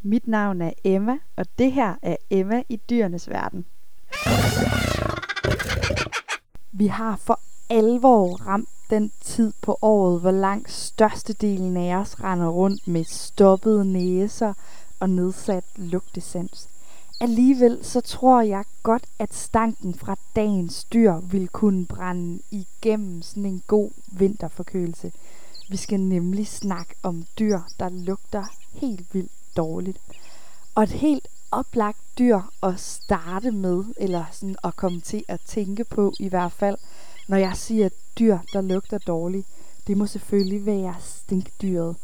Mit navn er Emma, og det her er Emma i dyrenes verden. Vi har for alvor ramt den tid på året, hvor langt størstedelen af os render rundt med stoppede næser og nedsat lugtesans. Alligevel så tror jeg godt, at stanken fra dagens dyr vil kunne brænde igennem sådan en god vinterforkølelse. Vi skal nemlig snakke om dyr, der lugter helt vildt dårligt. Og et helt oplagt dyr at starte med, eller sådan at komme til at tænke på i hvert fald, når jeg siger dyr, der lugter dårligt, det må selvfølgelig være stinkdyret.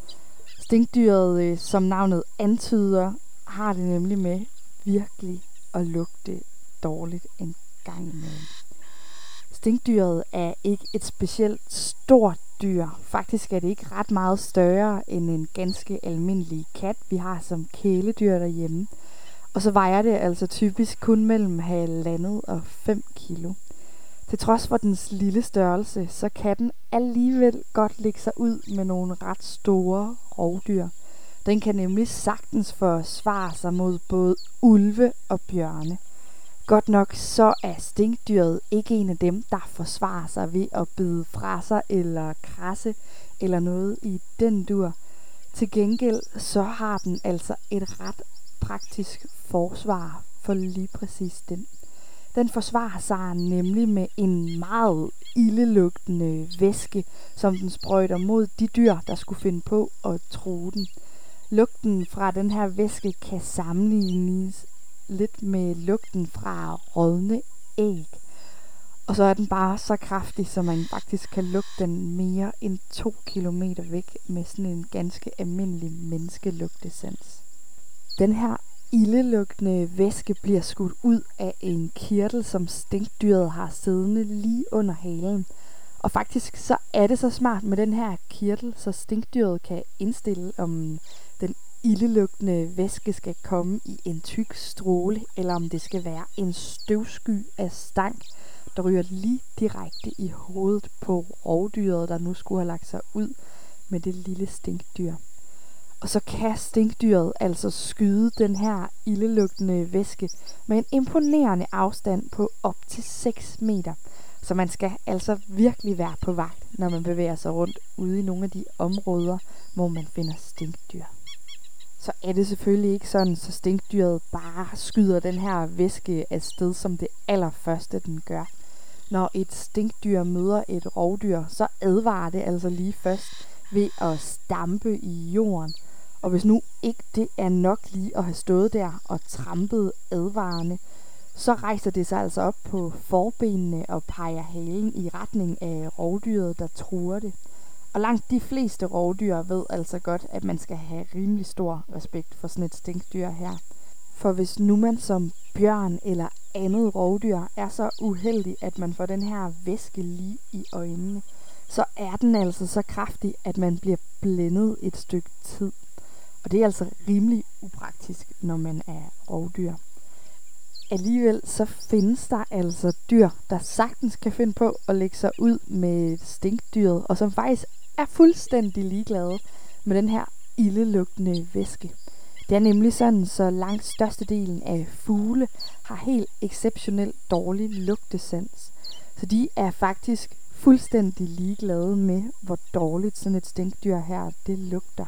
Stinkdyret, som navnet antyder, har det nemlig med virkelig at lugte dårligt en gang imellem. Stinkdyret er ikke et specielt stort dyr. Faktisk er det ikke ret meget større end en ganske almindelig kat, vi har som kæledyr derhjemme. Og så vejer det altså typisk kun mellem 1,5 og 5 kilo. Til trods for dens lille størrelse, så kan den alligevel godt lægge sig ud med nogle ret store rovdyr. Den kan nemlig sagtens forsvare sig mod både ulve og bjørne. Godt nok så er stinkdyret ikke en af dem, der forsvarer sig ved at bide fra sig eller krasse eller noget i den dur. Til gengæld så har den altså et ret praktisk forsvar for lige præcis den. Den forsvarer sig nemlig med en meget ildelugtende væske, som den sprøjter mod de dyr, der skulle finde på at true den. Lugten fra den her væske kan sammenlignes lidt med lugten fra rådne æg. Og så er den bare så kraftig, så man faktisk kan lugte den mere end 2 kilometer væk med sådan en ganske almindelig menneskelugtesans. Den her ildelugtende væske bliver skudt ud af en kirtel, som stinkdyret har siddende lige under halen. Og faktisk så er det så smart med den her kirtel, så stinkdyret kan indstille, om den ildelugtende væske skal komme i en tyk stråle, eller om det skal være en støvsky af stank, der ryger lige direkte i hovedet på rovdyret, der nu skulle have lagt sig ud med det lille stinkdyr. Og så kan stinkdyret altså skyde den her ildelugtende væske med en imponerende afstand på op til 6 meter. Så man skal altså virkelig være på vagt, når man bevæger sig rundt ude i nogle af de områder, hvor man finder stinkdyr. Så er det selvfølgelig ikke sådan, så stinkdyret bare skyder den her væske afsted som det allerførste, den gør. Når et stinkdyr møder et rovdyr, så advarer det altså lige først ved at stampe i jorden. Og hvis nu ikke det er nok lige at have stået der og trampet advarende, så rejser det sig altså op på forbenene og peger halen i retning af rovdyret, der truer det. Og langt de fleste rovdyr ved altså godt, at man skal have rimelig stor respekt for sådan et stinkdyr her. For hvis nu man som bjørn eller andet rovdyr er så uheldig, at man får den her væske lige i øjnene, så er den altså så kraftig, at man bliver blændet et stykke tid. Og det er altså rimelig upraktisk, når man er rovdyr. Alligevel så findes der altså dyr, der sagtens kan finde på at lægge sig ud med stinkdyret, og som faktisk er fuldstændig ligeglade med den her ildelugtende væske. Det er nemlig sådan, så langt størstedelen af fugle har helt exceptionelt dårlig lugtesans. Så de er faktisk fuldstændig ligeglade med, hvor dårligt sådan et stinkdyr her det lugter.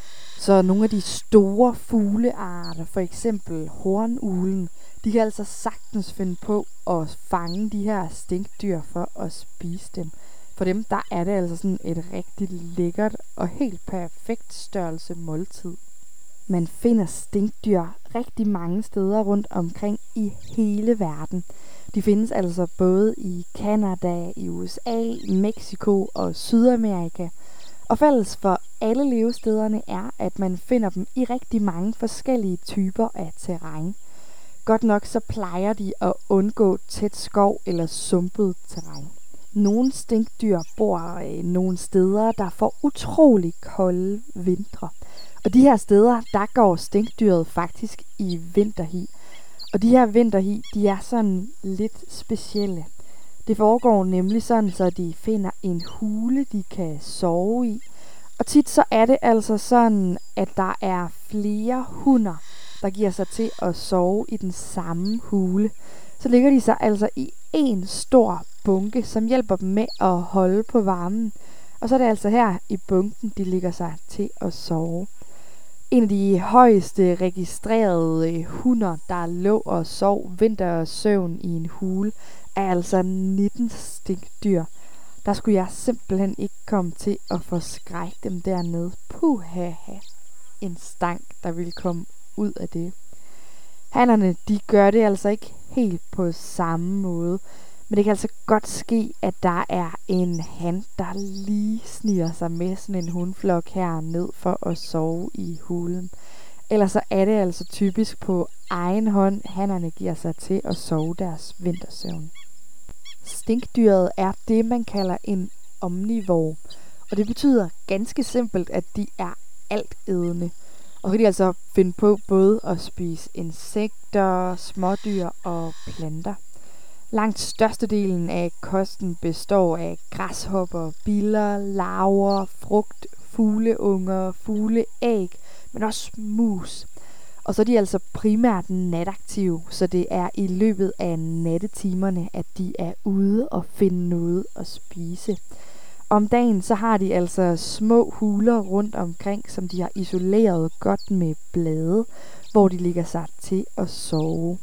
Så nogle af de store fuglearter, for eksempel hornuglen, de kan altså sagtens finde på at fange de her stinkdyr for at spise dem. For dem der er det altså sådan et rigtig lækkert og helt perfekt størrelse måltid. Man finder stinkdyr rigtig mange steder rundt omkring i hele verden. De findes altså både i Canada, i USA, Mexico og Sydamerika. Og fælles for alle levestederne er, at man finder dem i rigtig mange forskellige typer af terræn. Godt nok så plejer de at undgå tæt skov eller sumpet terræn. Nogle stinkdyr bor nogle steder, der får utrolig kolde vintre. Og de her steder, der går stinkdyret faktisk i vinterhi. Og de her vinterhi, de er sådan lidt specielle. Det foregår nemlig sådan, så de finder en hule, de kan sove i. Og tit så er det altså sådan, at der er flere hunner, der giver sig til at sove i den samme hule. Så ligger de sig altså i en stor bunke, som hjælper dem med at holde på varmen. Og så er det altså her i bunken, de ligger sig til at sove. En af de højeste registrerede hunder, der lå og sov vintersøvn i en hule, er altså 19 stinkdyr. Der skulle jeg simpelthen ikke komme til at forskrække dem dernede. Puhaha. En stank, der ville komme ud af det. Hannerne, de gør det altså ikke helt på samme måde. Men det kan altså godt ske, at der er en han, der lige sniger sig med sådan en hundflok her ned for at sove i hulen. Ellers så er det altså typisk på egen hånd, hannerne giver sig til at sove deres vintersøvn. Stinkdyret er det, man kalder en omnivore. Og det betyder ganske simpelt, at de er altædende. Og kan de altså finde på både at spise insekter, smådyr og planter. Langt størstedelen af kosten består af græshopper, biller, larver, frugt, fugleunger, fugleæg, men også mus. Og så er de altså primært nataktive, så det er i løbet af nattetimerne, at de er ude og finde noget at spise. Om dagen så har de altså små huler rundt omkring, som de har isoleret godt med blade, hvor de ligger sig til at sove.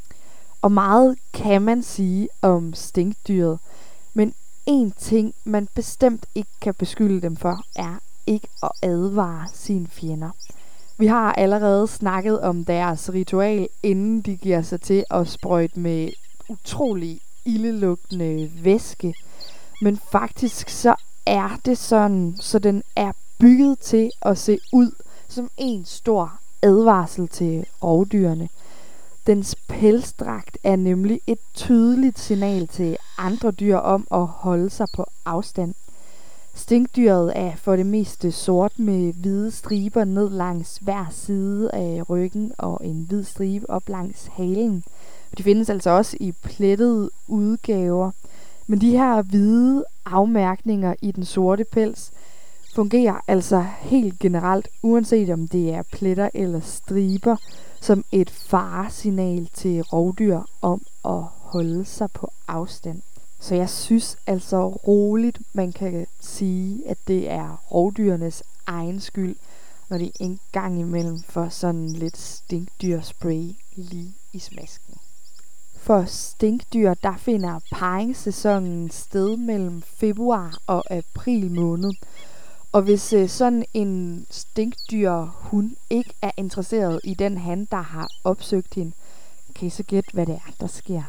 Og meget kan man sige om stinkdyret, men en ting, man bestemt ikke kan beskylde dem for, er ikke at advare sine fjender. Vi har allerede snakket om deres ritual, inden de giver sig til at sprøjte med utrolig ildelugtende væske. Men faktisk så er det sådan, så den er bygget til at se ud som en stor advarsel til rovdyrene. Dens pelsdragt er nemlig et tydeligt signal til andre dyr om at holde sig på afstand. Stinkdyret er for det meste sort med hvide striber ned langs hver side af ryggen og en hvid stribe op langs halen. De findes altså også i plettede udgaver. Men de her hvide afmærkninger i den sorte pels fungerer altså helt generelt, uanset om det er pletter eller striber, som et faresignal til rovdyr om at holde sig på afstand. Så jeg synes altså roligt, man kan sige, at det er rovdyrenes egen skyld, når de en gang imellem får sådan lidt stinkdyrspray lige i smasken. For stinkdyr, der finder parringssæsonen sted mellem februar og april måned. Og hvis sådan en stinkdyrhund ikke er interesseret i den han, der har opsøgt hende, kan I så gætte, hvad det er, der sker.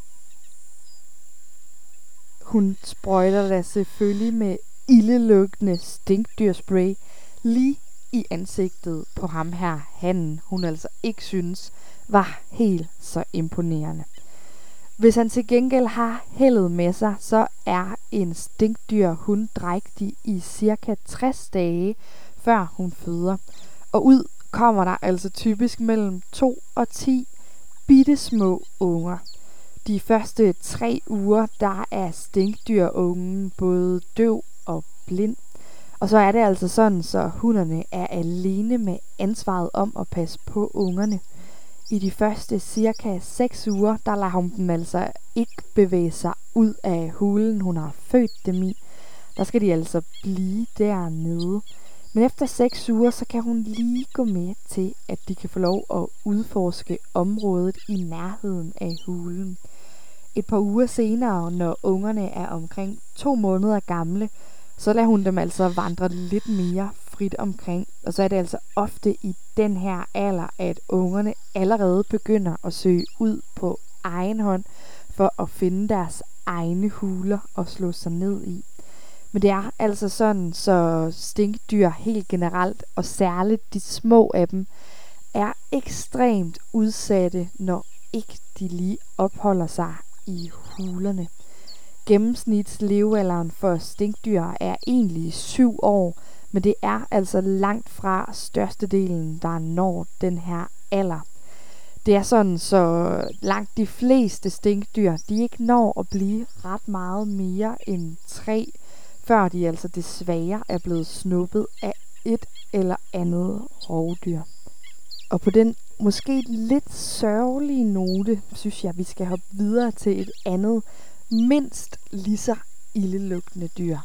Hun sprøjter da selvfølgelig med ildelugtende stinkdyrspray lige i ansigtet på ham her, hannen hun altså ikke synes var helt så imponerende. Hvis han til gengæld har heldet med sig, så er en stinkdyrhund drægtig i cirka 60 dage, før hun føder. Og ud kommer der altså typisk mellem 2 og 10 bittesmå unger. De første 3 uger, der er stinkdyrungen både døv og blind. Og så er det altså sådan, så hunderne er alene med ansvaret om at passe på ungerne. I de første cirka 6 uger, der lader hun dem altså ikke bevæge sig ud af hulen, hun har født dem i. Der skal de altså blive dernede. Men efter 6 uger, så kan hun lige gå med til, at de kan få lov at udforske området i nærheden af hulen. Et par uger senere, når ungerne er omkring 2 måneder gamle, så lader hun dem altså vandre lidt mere frit omkring. Og så er det altså ofte i den her alder, at ungerne allerede begynder at søge ud på egen hånd for at finde deres egne huler og slå sig ned i. Men det er altså sådan, så stinkdyr helt generelt, og særligt de små af dem, er ekstremt udsatte, når ikke de lige opholder sig i hulerne. Gennemsnitslevealderen for stinkdyr er egentlig 7 år, men det er altså langt fra størstedelen, der når den her alder. Det er sådan, så langt de fleste stinkdyr, de ikke når at blive ret meget mere end 3, før de altså desværre er blevet snuppet af et eller andet rovdyr. Og på den måske lidt sørgelige note, synes jeg, vi skal hoppe videre til et andet, mindst lige så ildelugtende dyr.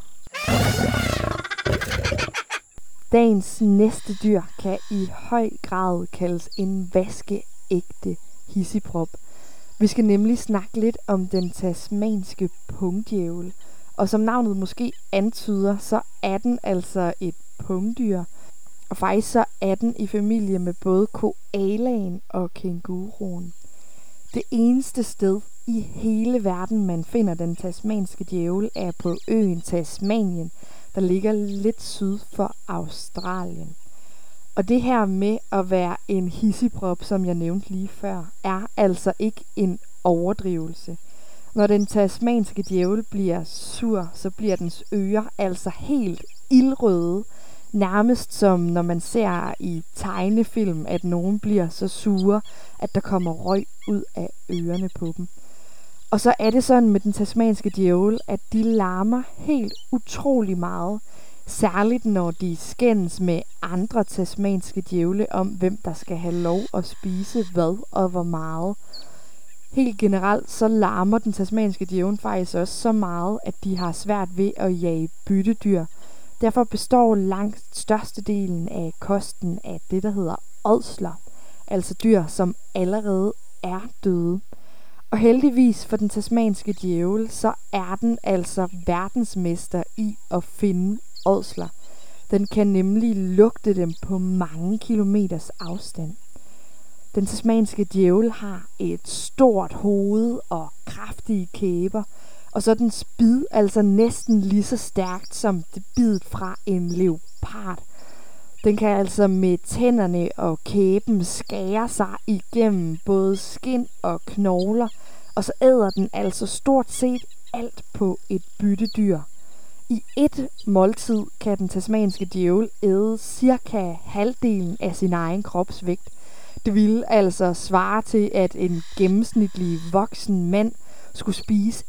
Dagens næste dyr kan i høj grad kaldes en vaskeægte hidsigprop. Vi skal nemlig snakke lidt om den tasmanske pungdjævel. Og som navnet måske antyder, så er den altså et pungdyr. Og faktisk så er den i familie med både koalaen og kænguruen. Det eneste sted i hele verden, man finder den tasmanske djævel, er på øen Tasmanien, der ligger lidt syd for Australien. Og det her med at være en hidsigprop, som jeg nævnte lige før, er altså ikke en overdrivelse. Når den tasmanske djævel bliver sur, så bliver dens ører altså helt ildrøde. Nærmest som når man ser i tegnefilm, at nogen bliver så sure, at der kommer røg ud af ørerne på dem. Og så er det sådan med den tasmanske djævel, at de larmer helt utrolig meget. Særligt når de skændes med andre tasmanske djævle om, hvem der skal have lov at spise hvad og hvor meget. Helt generelt så larmer den tasmanske djævel faktisk også så meget, at de har svært ved at jage byttedyr. Derfor består langt størstedelen af kosten af det, der hedder ådsler, altså dyr, som allerede er døde. Og heldigvis for den tasmanske djævel, så er den altså verdensmester i at finde ådsler. Den kan nemlig lugte dem på mange kilometers afstand. Den tasmanske djævel har et stort hoved og kraftige kæber, og så dens bid altså næsten lige så stærkt som det bidet fra en leopard. Den kan altså med tænderne og kæben skære sig igennem både skind og knogler, og så æder den altså stort set alt på et byttedyr. I et måltid kan den tasmanske djævel æde cirka halvdelen af sin egen kropsvægt. Det ville altså svare til, at en gennemsnitlig voksen mand skulle spise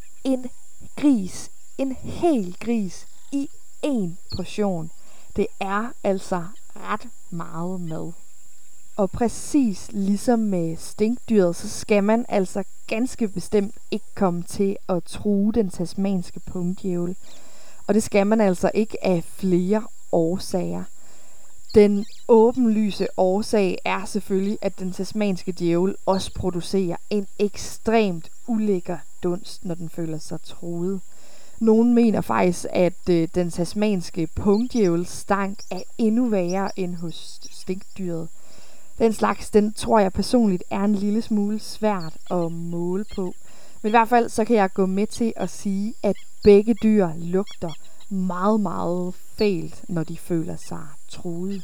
en hel gris i én portion. Det er altså ret meget mad. Og præcis ligesom med stinkdyret, så skal man altså ganske bestemt ikke komme til at true den tasmanske pungdjævel. Og det skal man altså ikke af flere årsager. Den åbenlyse årsag er selvfølgelig, at den tasmanske djævel også producerer en ekstremt ulækker dunst, når den føler sig truet. Nogle mener faktisk, at den tasmanske pungdjævels stank er endnu værre end hos stinkdyret. Den slags, den tror jeg personligt er en lille smule svært at måle på. Men i hvert fald så kan jeg gå med til at sige, at begge dyr lugter meget, meget fælt, når de føler sig truet.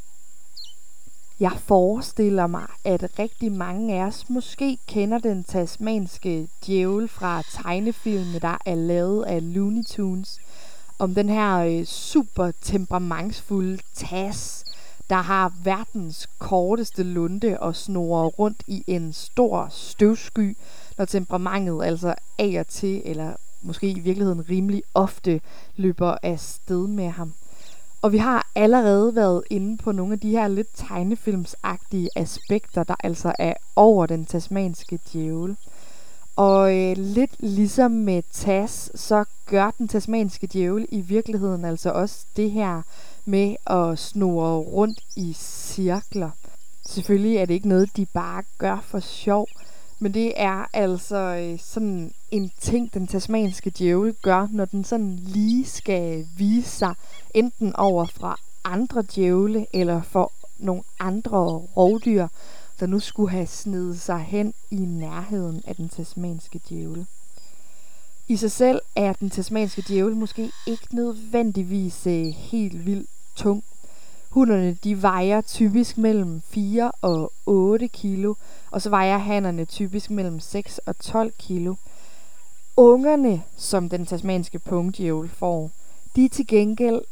Jeg forestiller mig, at rigtig mange af os måske kender den tasmanske djævel fra tegnefilmene, der er lavet af Looney Tunes. Om den her super temperamentsfulde Tas, der har verdens korteste lunte og snorer rundt i en stor støvsky, når temperamentet altså af og til, eller måske i virkeligheden rimelig ofte, løber af sted med ham. Og vi har allerede været inde på nogle af de her lidt tegnefilmsagtige aspekter, der altså er over den tasmanske djævel. Og lidt ligesom med Tas, så gør den tasmanske djævel i virkeligheden altså også det her med at snurre rundt i cirkler. Selvfølgelig er det ikke noget, de bare gør for sjov, men det er altså sådan en ting, den tasmanske djævel gør, når den sådan lige skal vise sig, enten over fra andre djævle eller for nogle andre rovdyr, der nu skulle have snedet sig hen i nærheden af den tasmanske djævel. I sig selv er den tasmanske djævel måske ikke nødvendigvis helt vildt tung. Hunnerne de vejer typisk mellem 4 og 8 kilo, og så vejer hannerne typisk mellem 6 og 12 kilo. Ungerne, som den tasmanske pungdjævel får, de er til gengæld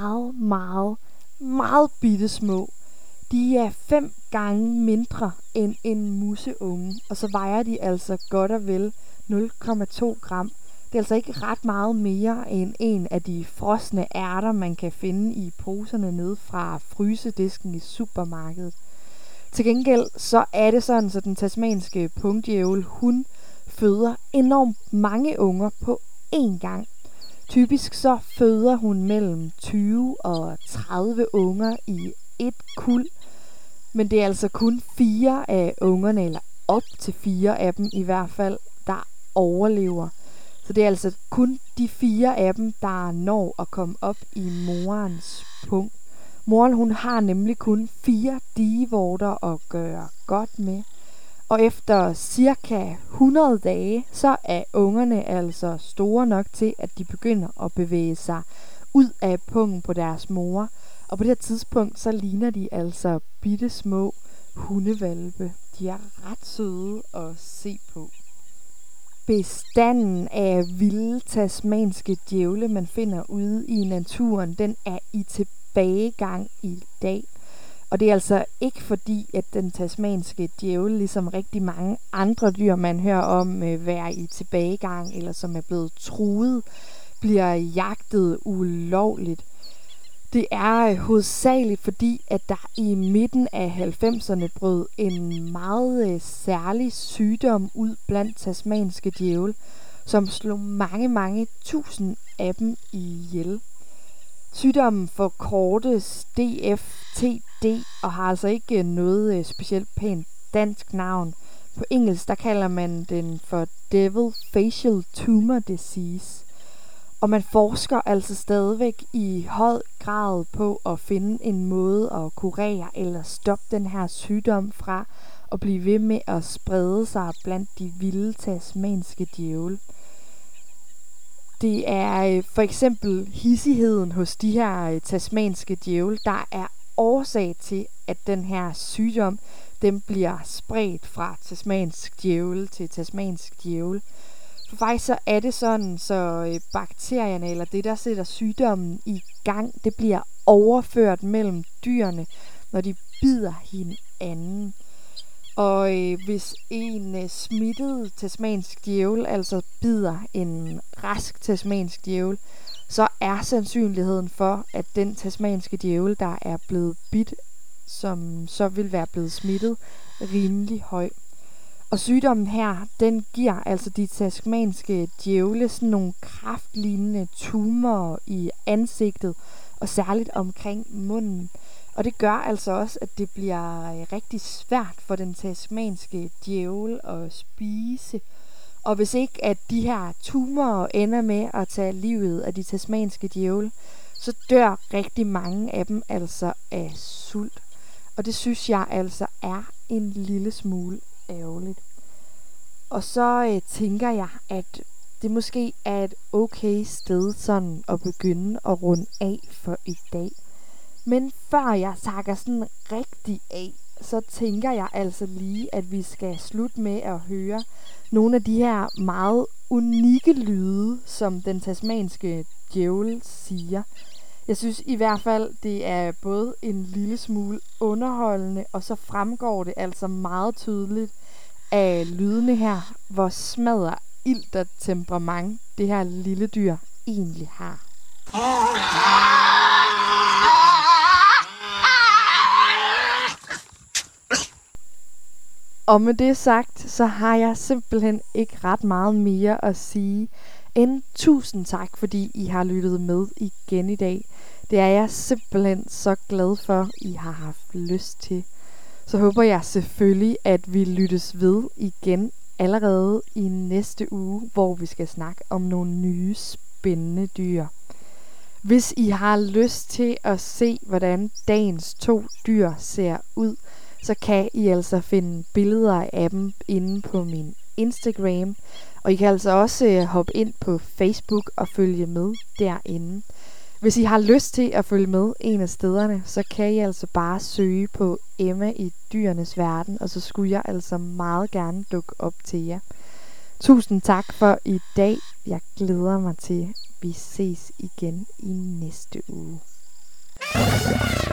meget bittesmå. De er 5 gange mindre end en museunge, og så vejer de altså godt og vel 0,2 gram. Det er altså ikke ret meget mere end en af de frosne ærter, man kan finde i poserne nede fra frysedisken i supermarkedet. Til gengæld så er det sådan, så den tasmanske pungdjævel, hun føder enormt mange unger på én gang. Typisk så føder hun mellem 20 og 30 unger i et kuld, men det er altså kun 4 af ungerne, eller op til 4 af dem i hvert fald, der overlever. Så det er altså kun de 4 af dem, der når at komme op i morens pung. Moren, hun har nemlig kun 4 digevorter at gøre godt med. Og efter cirka 100 dage, så er ungerne altså store nok til, at de begynder at bevæge sig ud af pungen på deres mor. Og på det her tidspunkt, så ligner de altså bitte små hundevalpe. De er ret søde at se på. Bestanden af vilde tasmanske djævle, man finder ude i naturen, den er i tilbagegang i dag. Og det er altså ikke fordi, at den tasmanske djævel, ligesom rigtig mange andre dyr, man hører om, være i tilbagegang, eller som er blevet truet, bliver jagtet ulovligt. Det er hovedsageligt fordi, at der i midten af 90'erne brød en meget særlig sygdom ud blandt tasmanske djævel, som slog mange tusind af dem ihjel. Sygdommen forkortes DFTD og har altså ikke noget specielt pænt dansk navn. På engelsk der kalder man den for Devil Facial Tumor Disease. Og man forsker altså stadigvæk i høj grad på at finde en måde at kurere eller stoppe den her sygdom fra at blive ved med at sprede sig blandt de vilde tasmanske djævle. Det er for eksempel hissigheden hos de her tasmanske djævle, der er årsag til, at den her sygdom den bliver spredt fra tasmansk djævel til tasmansk djævel. For faktisk så er det sådan, så bakterierne eller det, der sætter sygdommen i gang, det bliver overført mellem dyrene, når de bider hinanden. Og hvis en smittet tasmansk djævel altså bider en rask tasmansk djævel, så er sandsynligheden for, at den tasmanske djævel, der er blevet bidt, som så vil være blevet smittet, rimelig høj. Og sygdommen her, den giver altså de tasmanske djævle sådan nogle kræftlignende tumorer i ansigtet, og særligt omkring munden. Og det gør altså også, at det bliver rigtig svært for den tasmanske djævel at spise. Og hvis ikke at de her tumorer ender med at tage livet af de tasmanske djævle, så dør rigtig mange af dem altså af sult. Og det synes jeg altså er en lille smule ærgerligt. Og så tænker jeg, at det måske er et okay sted sådan at begynde at runde af for i dag. Men før jeg takker sådan rigtig af, så tænker jeg altså lige, at vi skal slutte med at høre nogle af de her meget unikke lyde, som den tasmanske djævel siger. Jeg synes i hvert fald, det er både en lille smule underholdende, og så fremgår det altså meget tydeligt af lydene her, hvor smadret ilt og temperament det her lille dyr egentlig har. Og med det sagt, så har jeg simpelthen ikke ret meget mere at sige end tusind tak, fordi I har lyttet med igen i dag. Det er jeg simpelthen så glad for, I har haft lyst til. Så håber jeg selvfølgelig, at vi lyttes ved igen allerede i næste uge, hvor vi skal snakke om nogle nye spændende dyr. Hvis I har lyst til at se, hvordan dagens 2 dyr ser ud, så kan I altså finde billeder af dem inde på min Instagram. Og I kan altså også hoppe ind på Facebook og følge med derinde. Hvis I har lyst til at følge med en af stederne, så kan I altså bare søge på Emma i dyrenes verden, og så skulle jeg altså meget gerne dukke op til jer. Tusind tak for i dag. Jeg glæder mig til, at vi ses igen i næste uge.